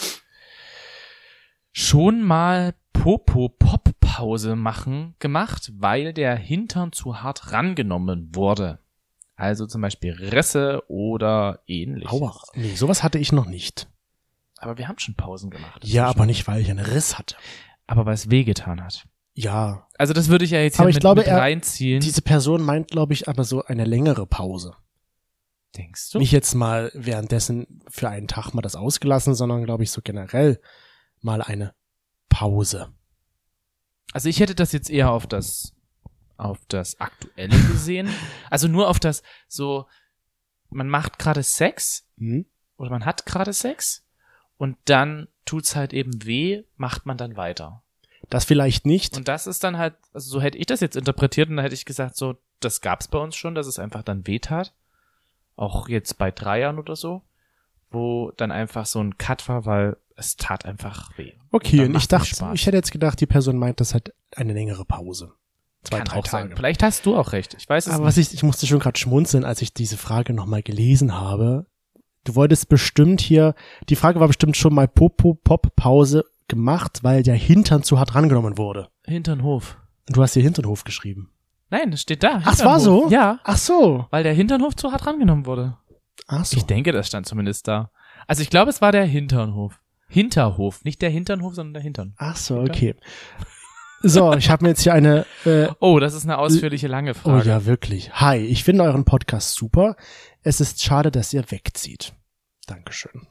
Schon mal Popo-Pop-Pause gemacht, weil der Hintern zu hart rangenommen wurde. Also zum Beispiel Risse oder ähnliches. Aua, nee, sowas hatte ich noch nicht. Aber wir haben schon Pausen gemacht. Ja, aber nicht, weil ich einen Riss hatte. Aber weil es wehgetan hat. Ja. Also das würde ich ja jetzt Aber hier ich mit, glaube, mit reinziehen. Diese Person meint, glaube ich, aber so eine längere Pause. Denkst du? Nicht jetzt mal währenddessen für einen Tag mal das ausgelassen, sondern, glaube ich, so generell mal eine Pause. Also ich hätte das jetzt eher auf das Aktuelle gesehen. Also nur auf das so, man macht gerade Sex oder man hat gerade Sex und dann tut's halt eben weh, macht man dann weiter. Das vielleicht nicht. Und das ist dann halt, also so hätte ich das jetzt interpretiert und dann hätte ich gesagt, so, das gab's bei uns schon, dass es einfach dann weh tat. Auch jetzt bei 3 oder so, wo dann einfach so ein Cut war, weil es tat einfach weh. Okay, und ich hätte jetzt gedacht, die Person meint, das hat eine längere Pause. 2, Kann 3 auch Tage. sein. Vielleicht hast du auch recht. Ich weiß es Aber nicht. ich musste schon gerade schmunzeln, als ich diese Frage nochmal gelesen habe. Du wolltest bestimmt die Frage war bestimmt schon mal Popo-Pop-Pause gemacht, weil der Hintern zu hart rangenommen wurde. Hinternhof. Und du hast hier Hinternhof geschrieben. Nein, das steht da. Ach, es war so? Ja. Ach so. Weil der Hinternhof zu hart rangenommen wurde. Ach so. Ich denke, das stand zumindest da. Also ich glaube, es war der Hinternhof. Hinterhof. Nicht der Hinternhof, sondern der Hintern. Ach so, okay. So, ich habe mir jetzt hier eine... Oh, das ist eine ausführliche, lange Frage. Oh ja, wirklich. Hi, ich finde euren Podcast super. Es ist schade, dass ihr wegzieht. Dankeschön.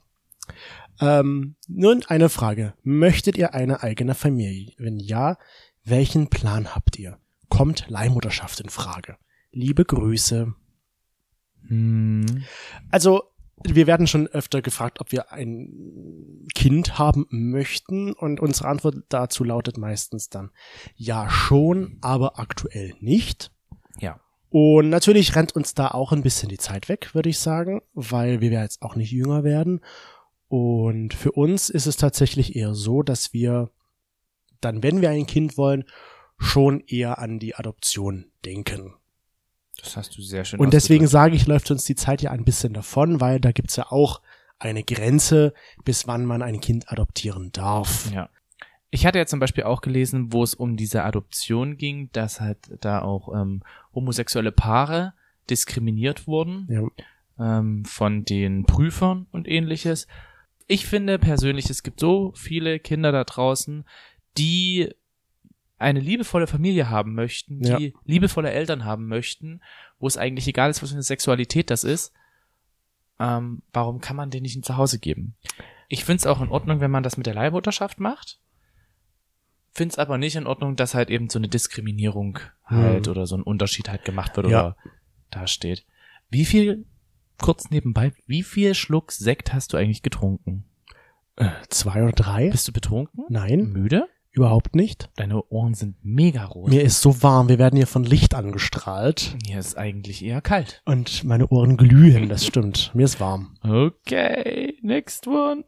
Nun eine Frage. Möchtet ihr eine eigene Familie? Wenn ja, welchen Plan habt ihr? Kommt Leihmutterschaft in Frage? Liebe Grüße. Also, wir werden schon öfter gefragt, ob wir ein Kind haben möchten, und unsere Antwort dazu lautet meistens dann, ja schon, aber aktuell nicht. Ja. Und natürlich rennt uns da auch ein bisschen die Zeit weg, würde ich sagen, weil wir jetzt auch nicht jünger werden. Und für uns ist es tatsächlich eher so, dass wir dann, wenn wir ein Kind wollen, schon eher an die Adoption denken. Das hast du sehr schön Und deswegen ausgedrückt. sage ich, läuft uns die Zeit ja ein bisschen davon, weil da gibt's ja auch eine Grenze, bis wann man ein Kind adoptieren darf. Ja. Ich hatte ja zum Beispiel auch gelesen, wo es um diese Adoption ging, dass halt da auch homosexuelle Paare diskriminiert wurden von den Prüfern und ähnliches. Ich finde persönlich, es gibt so viele Kinder da draußen, die eine liebevolle Familie haben möchten, die liebevolle Eltern haben möchten, wo es eigentlich egal ist, was für eine Sexualität das ist. Warum kann man denen nicht ein Zuhause geben? Ich finde es auch in Ordnung, wenn man das mit der Leihmutterschaft macht. Finde es aber nicht in Ordnung, dass halt eben so eine Diskriminierung halt oder so ein Unterschied halt gemacht wird oder da steht. Kurz nebenbei, wie viel Schluck Sekt hast du eigentlich getrunken? 2 oder 3. Bist du betrunken? Nein, Müde? überhaupt nicht. Deine Ohren sind mega rot. Mir ist so warm, wir werden hier von Licht angestrahlt. Mir ist eigentlich eher kalt. Und meine Ohren glühen, das stimmt. Mir ist warm. Okay, next one.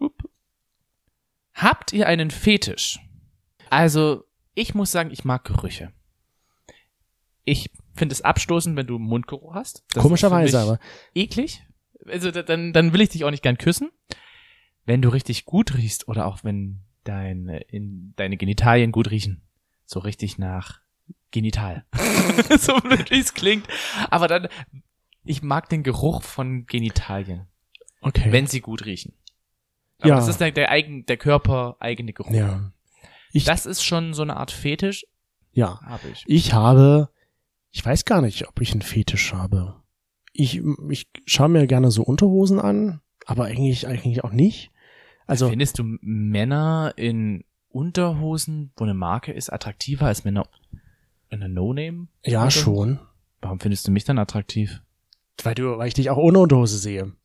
Habt ihr einen Fetisch? Also, ich muss sagen, ich mag Gerüche. Ich finde es abstoßend, wenn du Mundgeruch hast. Das Komischerweise ist für mich aber. eklig. Also, dann will ich dich auch nicht gern küssen. Wenn du richtig gut riechst oder auch wenn deine Genitalien gut riechen. So richtig nach Genital. So blöd wie es klingt. Aber dann, ich mag den Geruch von Genitalien. Okay. Wenn sie gut riechen. Aber Ja. das ist der körpereigene Geruch. Ja. Das ist schon so eine Art Fetisch. Ja. Habe ich. Ich weiß gar nicht, ob ich einen Fetisch habe. Ich schaue mir gerne so Unterhosen an, aber eigentlich auch nicht. Also, Findest du Männer in Unterhosen, wo eine Marke ist, attraktiver als Männer in einer No-Name? ja, schon. Warum findest du mich dann attraktiv? Weil ich dich auch ohne Unterhose sehe.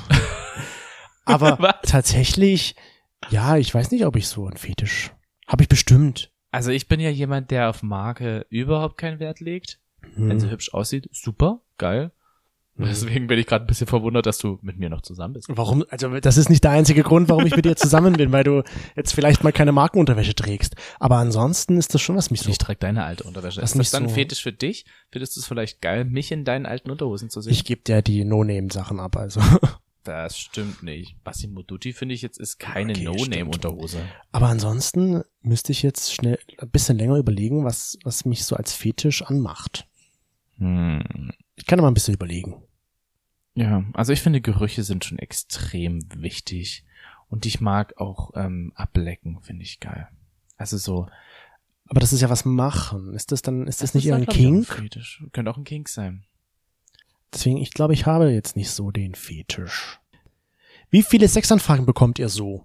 Aber Was? tatsächlich, ja, ich weiß nicht, ob ich so einen Fetisch habe ich bestimmt. Also ich bin ja jemand, der auf Marke überhaupt keinen Wert legt. Wenn sie hübsch aussieht, super, geil. Deswegen bin ich gerade ein bisschen verwundert, dass du mit mir noch zusammen bist. Warum? Also das ist nicht der einzige Grund, warum ich mit dir zusammen bin, weil du jetzt vielleicht mal keine Markenunterwäsche trägst. Aber ansonsten ist das schon, was mich so. Ich trage deine alte Unterwäsche. Das Ist das nicht dann ein so- Fetisch für dich? Findest du es vielleicht geil, mich in deinen alten Unterhosen zu sehen? Ich gebe dir die No-Name-Sachen ab, also. Das stimmt nicht. Massimo Dutti, finde ich jetzt, ist keine Okay, No-Name-Unterhose. Aber ansonsten müsste ich jetzt schnell ein bisschen länger überlegen, was mich so als Fetisch anmacht. Ich kann aber ein bisschen überlegen. Ja, also ich finde, Gerüche sind schon extrem wichtig. Und ich mag auch ablecken, finde ich geil. Also so. Aber das ist ja was machen. Ist das nicht eher dann, ein glaub ich, auch Kink? Fetisch. Könnte auch ein Kink sein. Deswegen, ich glaube, ich habe jetzt nicht so den Fetisch. Wie viele Sexanfragen bekommt ihr so?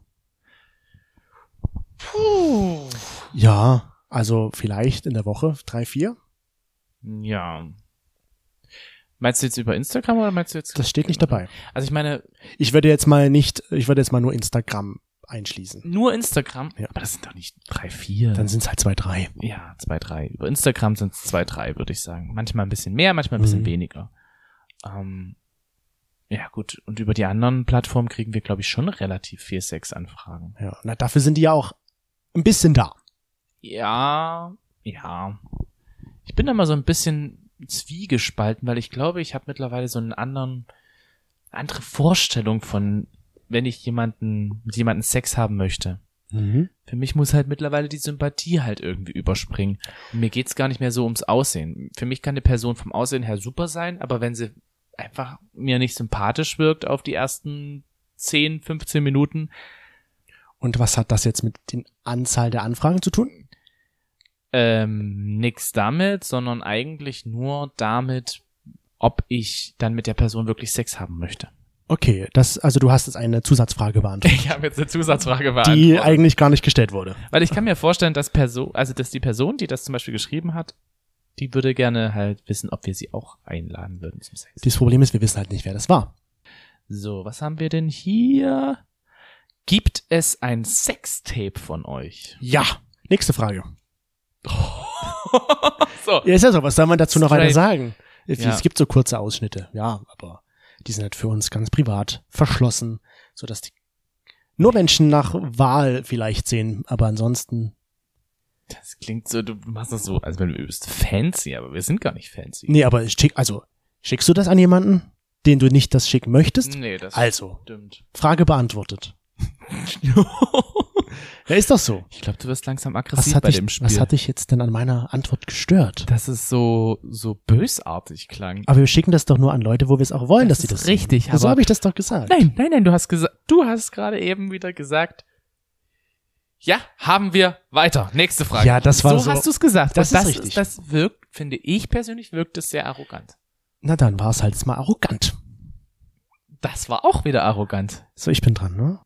Puh. Ja, also vielleicht in der Woche 3, 4? Ja. Meinst du jetzt über Instagram oder meinst du jetzt? Das steht nicht dabei. Also ich meine, Ich würde jetzt mal nur Instagram einschließen. nur Instagram. Ja. Aber das sind doch nicht 3, 4. Dann sind es halt 2, 3. Ja, 2, 3. Über Instagram sind es 2, 3, würde ich sagen. Manchmal ein bisschen mehr, manchmal ein bisschen weniger. Ja gut, und über die anderen Plattformen kriegen wir, glaube ich, schon relativ viel Sexanfragen. Ja, na, dafür sind die ja auch ein bisschen da. Ja. Ich bin da mal so ein bisschen zwiegespalten, weil ich glaube, ich habe mittlerweile so eine andere Vorstellung von, wenn ich mit jemandem Sex haben möchte. Für mich muss halt mittlerweile die Sympathie halt irgendwie überspringen. Und mir geht's gar nicht mehr so ums Aussehen. Für mich kann eine Person vom Aussehen her super sein, aber wenn sie einfach mir nicht sympathisch wirkt auf die ersten 10, 15 Minuten. Und was hat das jetzt mit der Anzahl der Anfragen zu tun? Nix damit, sondern eigentlich nur damit, ob ich dann mit der Person wirklich Sex haben möchte. Okay, also du hast jetzt eine Zusatzfrage beantwortet, Ich habe jetzt eine Zusatzfrage die eigentlich gar nicht gestellt wurde. Weil ich kann mir vorstellen, dass die Person, die das zum Beispiel geschrieben hat, die würde gerne halt wissen, ob wir sie auch einladen würden zum Sex. Das Problem ist, wir wissen halt nicht, wer das war. So, was haben wir denn hier? Gibt es ein Sextape von euch? Ja, nächste Frage. So. Ja, ist ja so, was soll man dazu noch Straight. weiter sagen? Ja. Es gibt so kurze Ausschnitte, ja, aber die sind halt für uns ganz privat verschlossen, sodass die nur Menschen nach Wahl vielleicht sehen, aber ansonsten. Das klingt so, du machst das so, als wenn du übst fancy, aber wir sind gar nicht fancy. Nee, aber schickst du das an jemanden, den du nicht das schicken möchtest? Nee, das Also, stimmt. Frage beantwortet. Ja, ist doch so. Ich glaube, du wirst langsam aggressiv bei dem Spiel. Was hat dich jetzt denn an meiner Antwort gestört? Dass es so bösartig klang. Aber wir schicken das doch nur an Leute, wo wir es auch wollen, Das dass sie ist das richtig, sehen. So aber- habe ich das doch gesagt. Nein, du hast gerade eben wieder gesagt, ja, haben wir weiter. Nächste Frage. Ja, das war so- hast du es gesagt. das Und ist richtig. Das wirkt, finde ich persönlich, wirkt es sehr arrogant. Na dann war es halt mal arrogant. Das war auch wieder arrogant. So, ich bin dran, ne?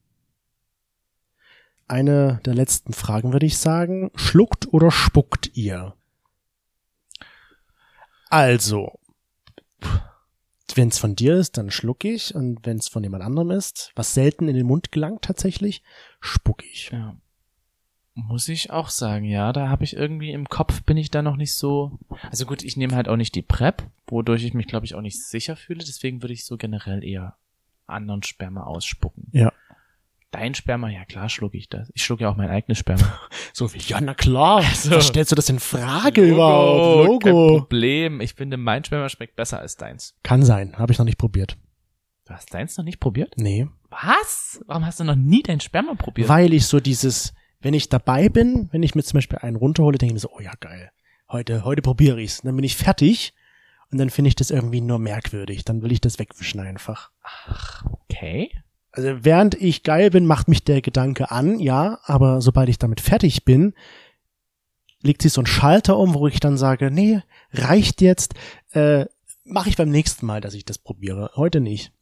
Eine der letzten Fragen würde ich sagen. Schluckt oder spuckt ihr? Also, wenn es von dir ist, dann schluck ich. Und wenn es von jemand anderem ist, was selten in den Mund gelangt tatsächlich, spuck ich. Ja. Muss ich auch sagen, ja, da habe ich irgendwie im Kopf bin ich da noch nicht so, also gut, ich nehme halt auch nicht die PrEP, wodurch ich mich, glaube ich, auch nicht sicher fühle, deswegen würde ich so generell eher anderen Sperma ausspucken. Ja. Dein Sperma, ja klar schlucke ich das. Ich schlucke ja auch mein eigenes Sperma. So wie, ja, na klar. Also, Was stellst du das in Frage überhaupt? Kein Logo. Problem. Ich finde, mein Sperma schmeckt besser als deins. Kann sein. Habe ich noch nicht probiert. Du hast deins noch nicht probiert? Nee. Was? Warum hast du noch nie dein Sperma probiert? Weil ich so dieses, wenn ich dabei bin, wenn ich mir zum Beispiel einen runterhole, denke ich mir so, oh ja, geil. Heute probiere ich's. Und dann bin ich fertig und dann finde ich das irgendwie nur merkwürdig. Dann will ich das wegwischen einfach. Ach, okay. Also während ich geil bin, macht mich der Gedanke an, ja, aber sobald ich damit fertig bin, legt sich so ein Schalter um, wo ich dann sage, nee, reicht jetzt, mache ich beim nächsten Mal, dass ich das probiere. Heute nicht.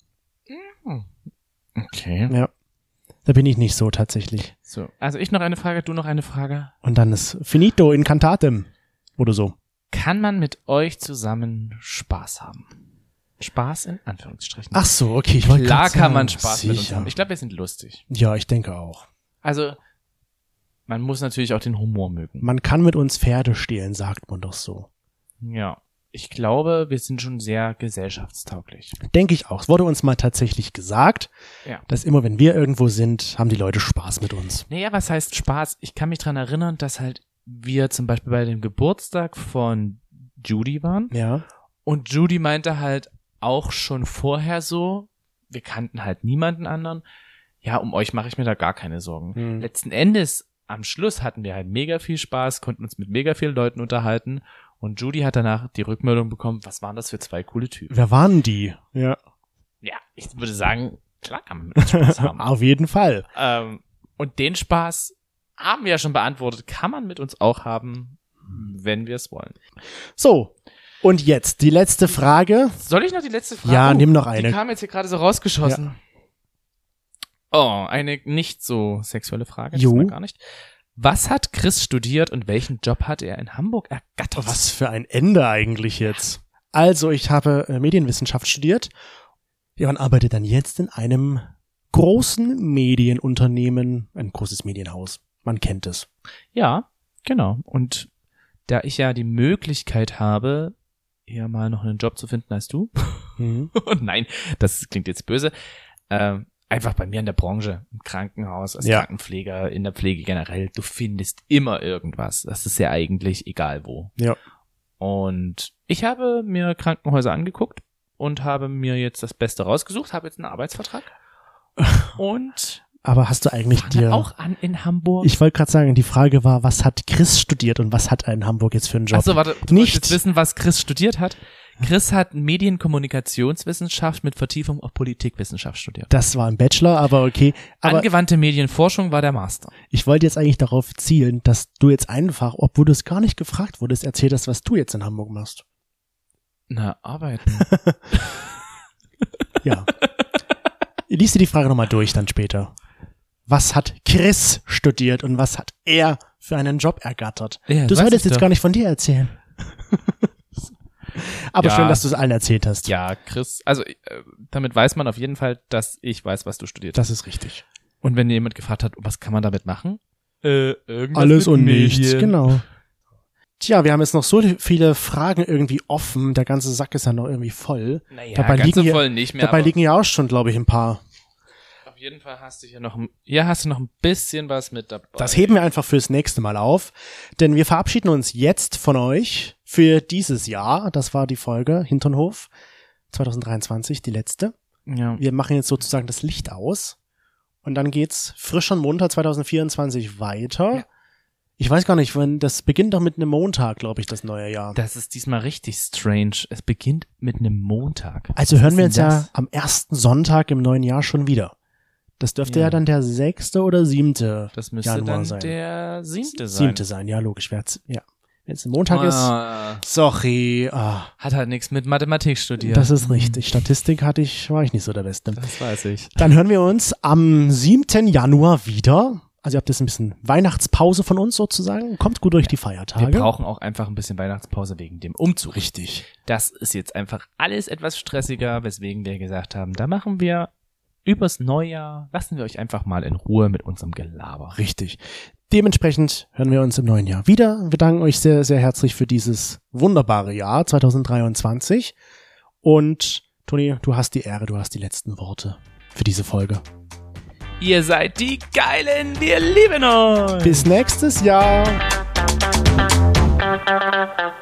Okay. Ja, da bin ich nicht so tatsächlich. So, also ich noch eine Frage, du noch eine Frage. Und dann ist finito in cantatem oder so. Kann man mit euch zusammen Spaß haben? Spaß in Anführungsstrichen. Ach so, okay, ich wollte Klar grad kann sagen, man Spaß mit uns sicher. haben. Ich glaube, wir sind lustig. Ja, ich denke auch. Also, man muss natürlich auch den Humor mögen. Man kann mit uns Pferde stehlen, sagt man doch so. Ja. Ich glaube, wir sind schon sehr gesellschaftstauglich. Denke ich auch. Es wurde uns mal tatsächlich gesagt, Ja. dass immer, wenn wir irgendwo sind, haben die Leute Spaß mit uns. Naja, was heißt Spaß? Ich kann mich dran erinnern, dass halt wir zum Beispiel bei dem Geburtstag von Judy waren. Ja. Und Judy meinte halt auch schon vorher so, wir kannten halt niemanden anderen. Ja, um euch mache ich mir da gar keine Sorgen. Hm. Letzten Endes, am Schluss hatten wir halt mega viel Spaß, konnten uns mit mega vielen Leuten unterhalten. Und Judy hat danach die Rückmeldung bekommen, was waren das für zwei coole Typen? Wer waren die? Ja. Ja, ich würde sagen, klar kann man mit uns Spaß haben. Auf jeden Fall. Und den Spaß haben wir ja schon beantwortet, kann man mit uns auch haben, wenn wir es wollen. So. Und jetzt die letzte Frage. Soll ich noch die letzte Frage? Ja, nimm noch eine. Die kam jetzt hier gerade so rausgeschossen. Oh, eine nicht so sexuelle Frage. Jo. Das war gar nicht. Was hat Chris studiert und welchen Job hat er in Hamburg ergattert? Was für ein Ende eigentlich jetzt. Also, ich habe Medienwissenschaft studiert. Ja, und arbeite dann jetzt in einem großen Medienunternehmen, ein großes Medienhaus. Man kennt es. Ja, genau. Und da ich ja die Möglichkeit habe, eher mal noch einen Job zu finden als du. Mhm. Nein, das klingt jetzt böse. Einfach bei mir in der Branche, im Krankenhaus, als Ja. Krankenpfleger, in der Pflege generell, du findest immer irgendwas. Das ist ja eigentlich egal wo. Ja. Und ich habe mir Krankenhäuser angeguckt und habe mir jetzt das Beste rausgesucht, habe jetzt einen Arbeitsvertrag. Und Aber hast du eigentlich fange dir... auch an in Hamburg. Ich wollte gerade sagen, die Frage war, was hat Chris studiert und was hat er in Hamburg jetzt für einen Job? Achso, warte, du Nicht. wolltest wissen, was Chris studiert hat? Chris hat Medienkommunikationswissenschaft mit Vertiefung auf Politikwissenschaft studiert. Das war ein Bachelor, aber okay. Aber Angewandte Medienforschung war der Master. ich wollte jetzt eigentlich darauf zielen, dass du jetzt einfach, obwohl du es gar nicht gefragt wurdest, erzählt hast, was du jetzt in Hamburg machst. Na, arbeiten. Ja. Lies dir die Frage nochmal durch dann später. Was hat Chris studiert und was hat er für einen Job ergattert? Ja, Du weiß solltest ich jetzt doch. gar nicht von dir erzählen. Aber Ja. schön, dass du es allen erzählt hast. Ja, Chris, also damit weiß man auf jeden Fall, dass ich weiß, was du studiert hast. Das ist richtig. Und wenn jemand gefragt hat, was kann man damit machen? Irgendwas Alles mit und Medien. nichts, genau. Tja, wir haben jetzt noch so viele Fragen irgendwie offen. Der ganze Sack ist ja noch irgendwie voll. Naja, Dabei ganz liegen so hier- voll nicht mehr. Dabei aber liegen ja auch schon, glaube ich, ein paar. auf jeden Fall hast du hier noch, hast du noch ein bisschen was mit dabei. Das heben wir einfach fürs nächste Mal auf, denn wir verabschieden uns jetzt von euch für dieses Jahr. Das war die Folge Hinternhof 2023, die letzte. Ja. Wir machen jetzt sozusagen das Licht aus und dann geht's frisch und munter 2024 weiter. Ja. Ich weiß gar nicht, wann, das beginnt doch mit einem Montag, glaube ich, das neue Jahr. Das ist diesmal richtig strange. Es beginnt mit einem Montag. Also Was hören ist wir denn uns ja das? am ersten Sonntag im neuen Jahr schon wieder. Das dürfte ja dann der 6. oder 7. Das müsste Januar dann sein. der 7. sein. 7. sein, ja logisch. Wenn es ein Montag ist, Ah, sorry. hat halt nichts mit Mathematik studiert. Das ist richtig. Statistik war ich nicht so der Beste. Das weiß ich. Dann hören wir uns am 7. Januar wieder. Also ihr habt jetzt ein bisschen Weihnachtspause von uns sozusagen. Kommt gut durch die Feiertage. Wir brauchen auch einfach ein bisschen Weihnachtspause wegen dem Umzug. Richtig. Das ist jetzt einfach alles etwas stressiger, weswegen wir gesagt haben, da machen wir übers Neujahr, lassen wir euch einfach mal in Ruhe mit unserem Gelaber. Richtig. Dementsprechend hören wir uns im neuen Jahr wieder. Wir danken euch sehr, sehr herzlich für dieses wunderbare Jahr 2023. Und Toni, du hast die Ehre, du hast die letzten Worte für diese Folge. Ihr seid die Geilen, wir lieben euch! Bis nächstes Jahr!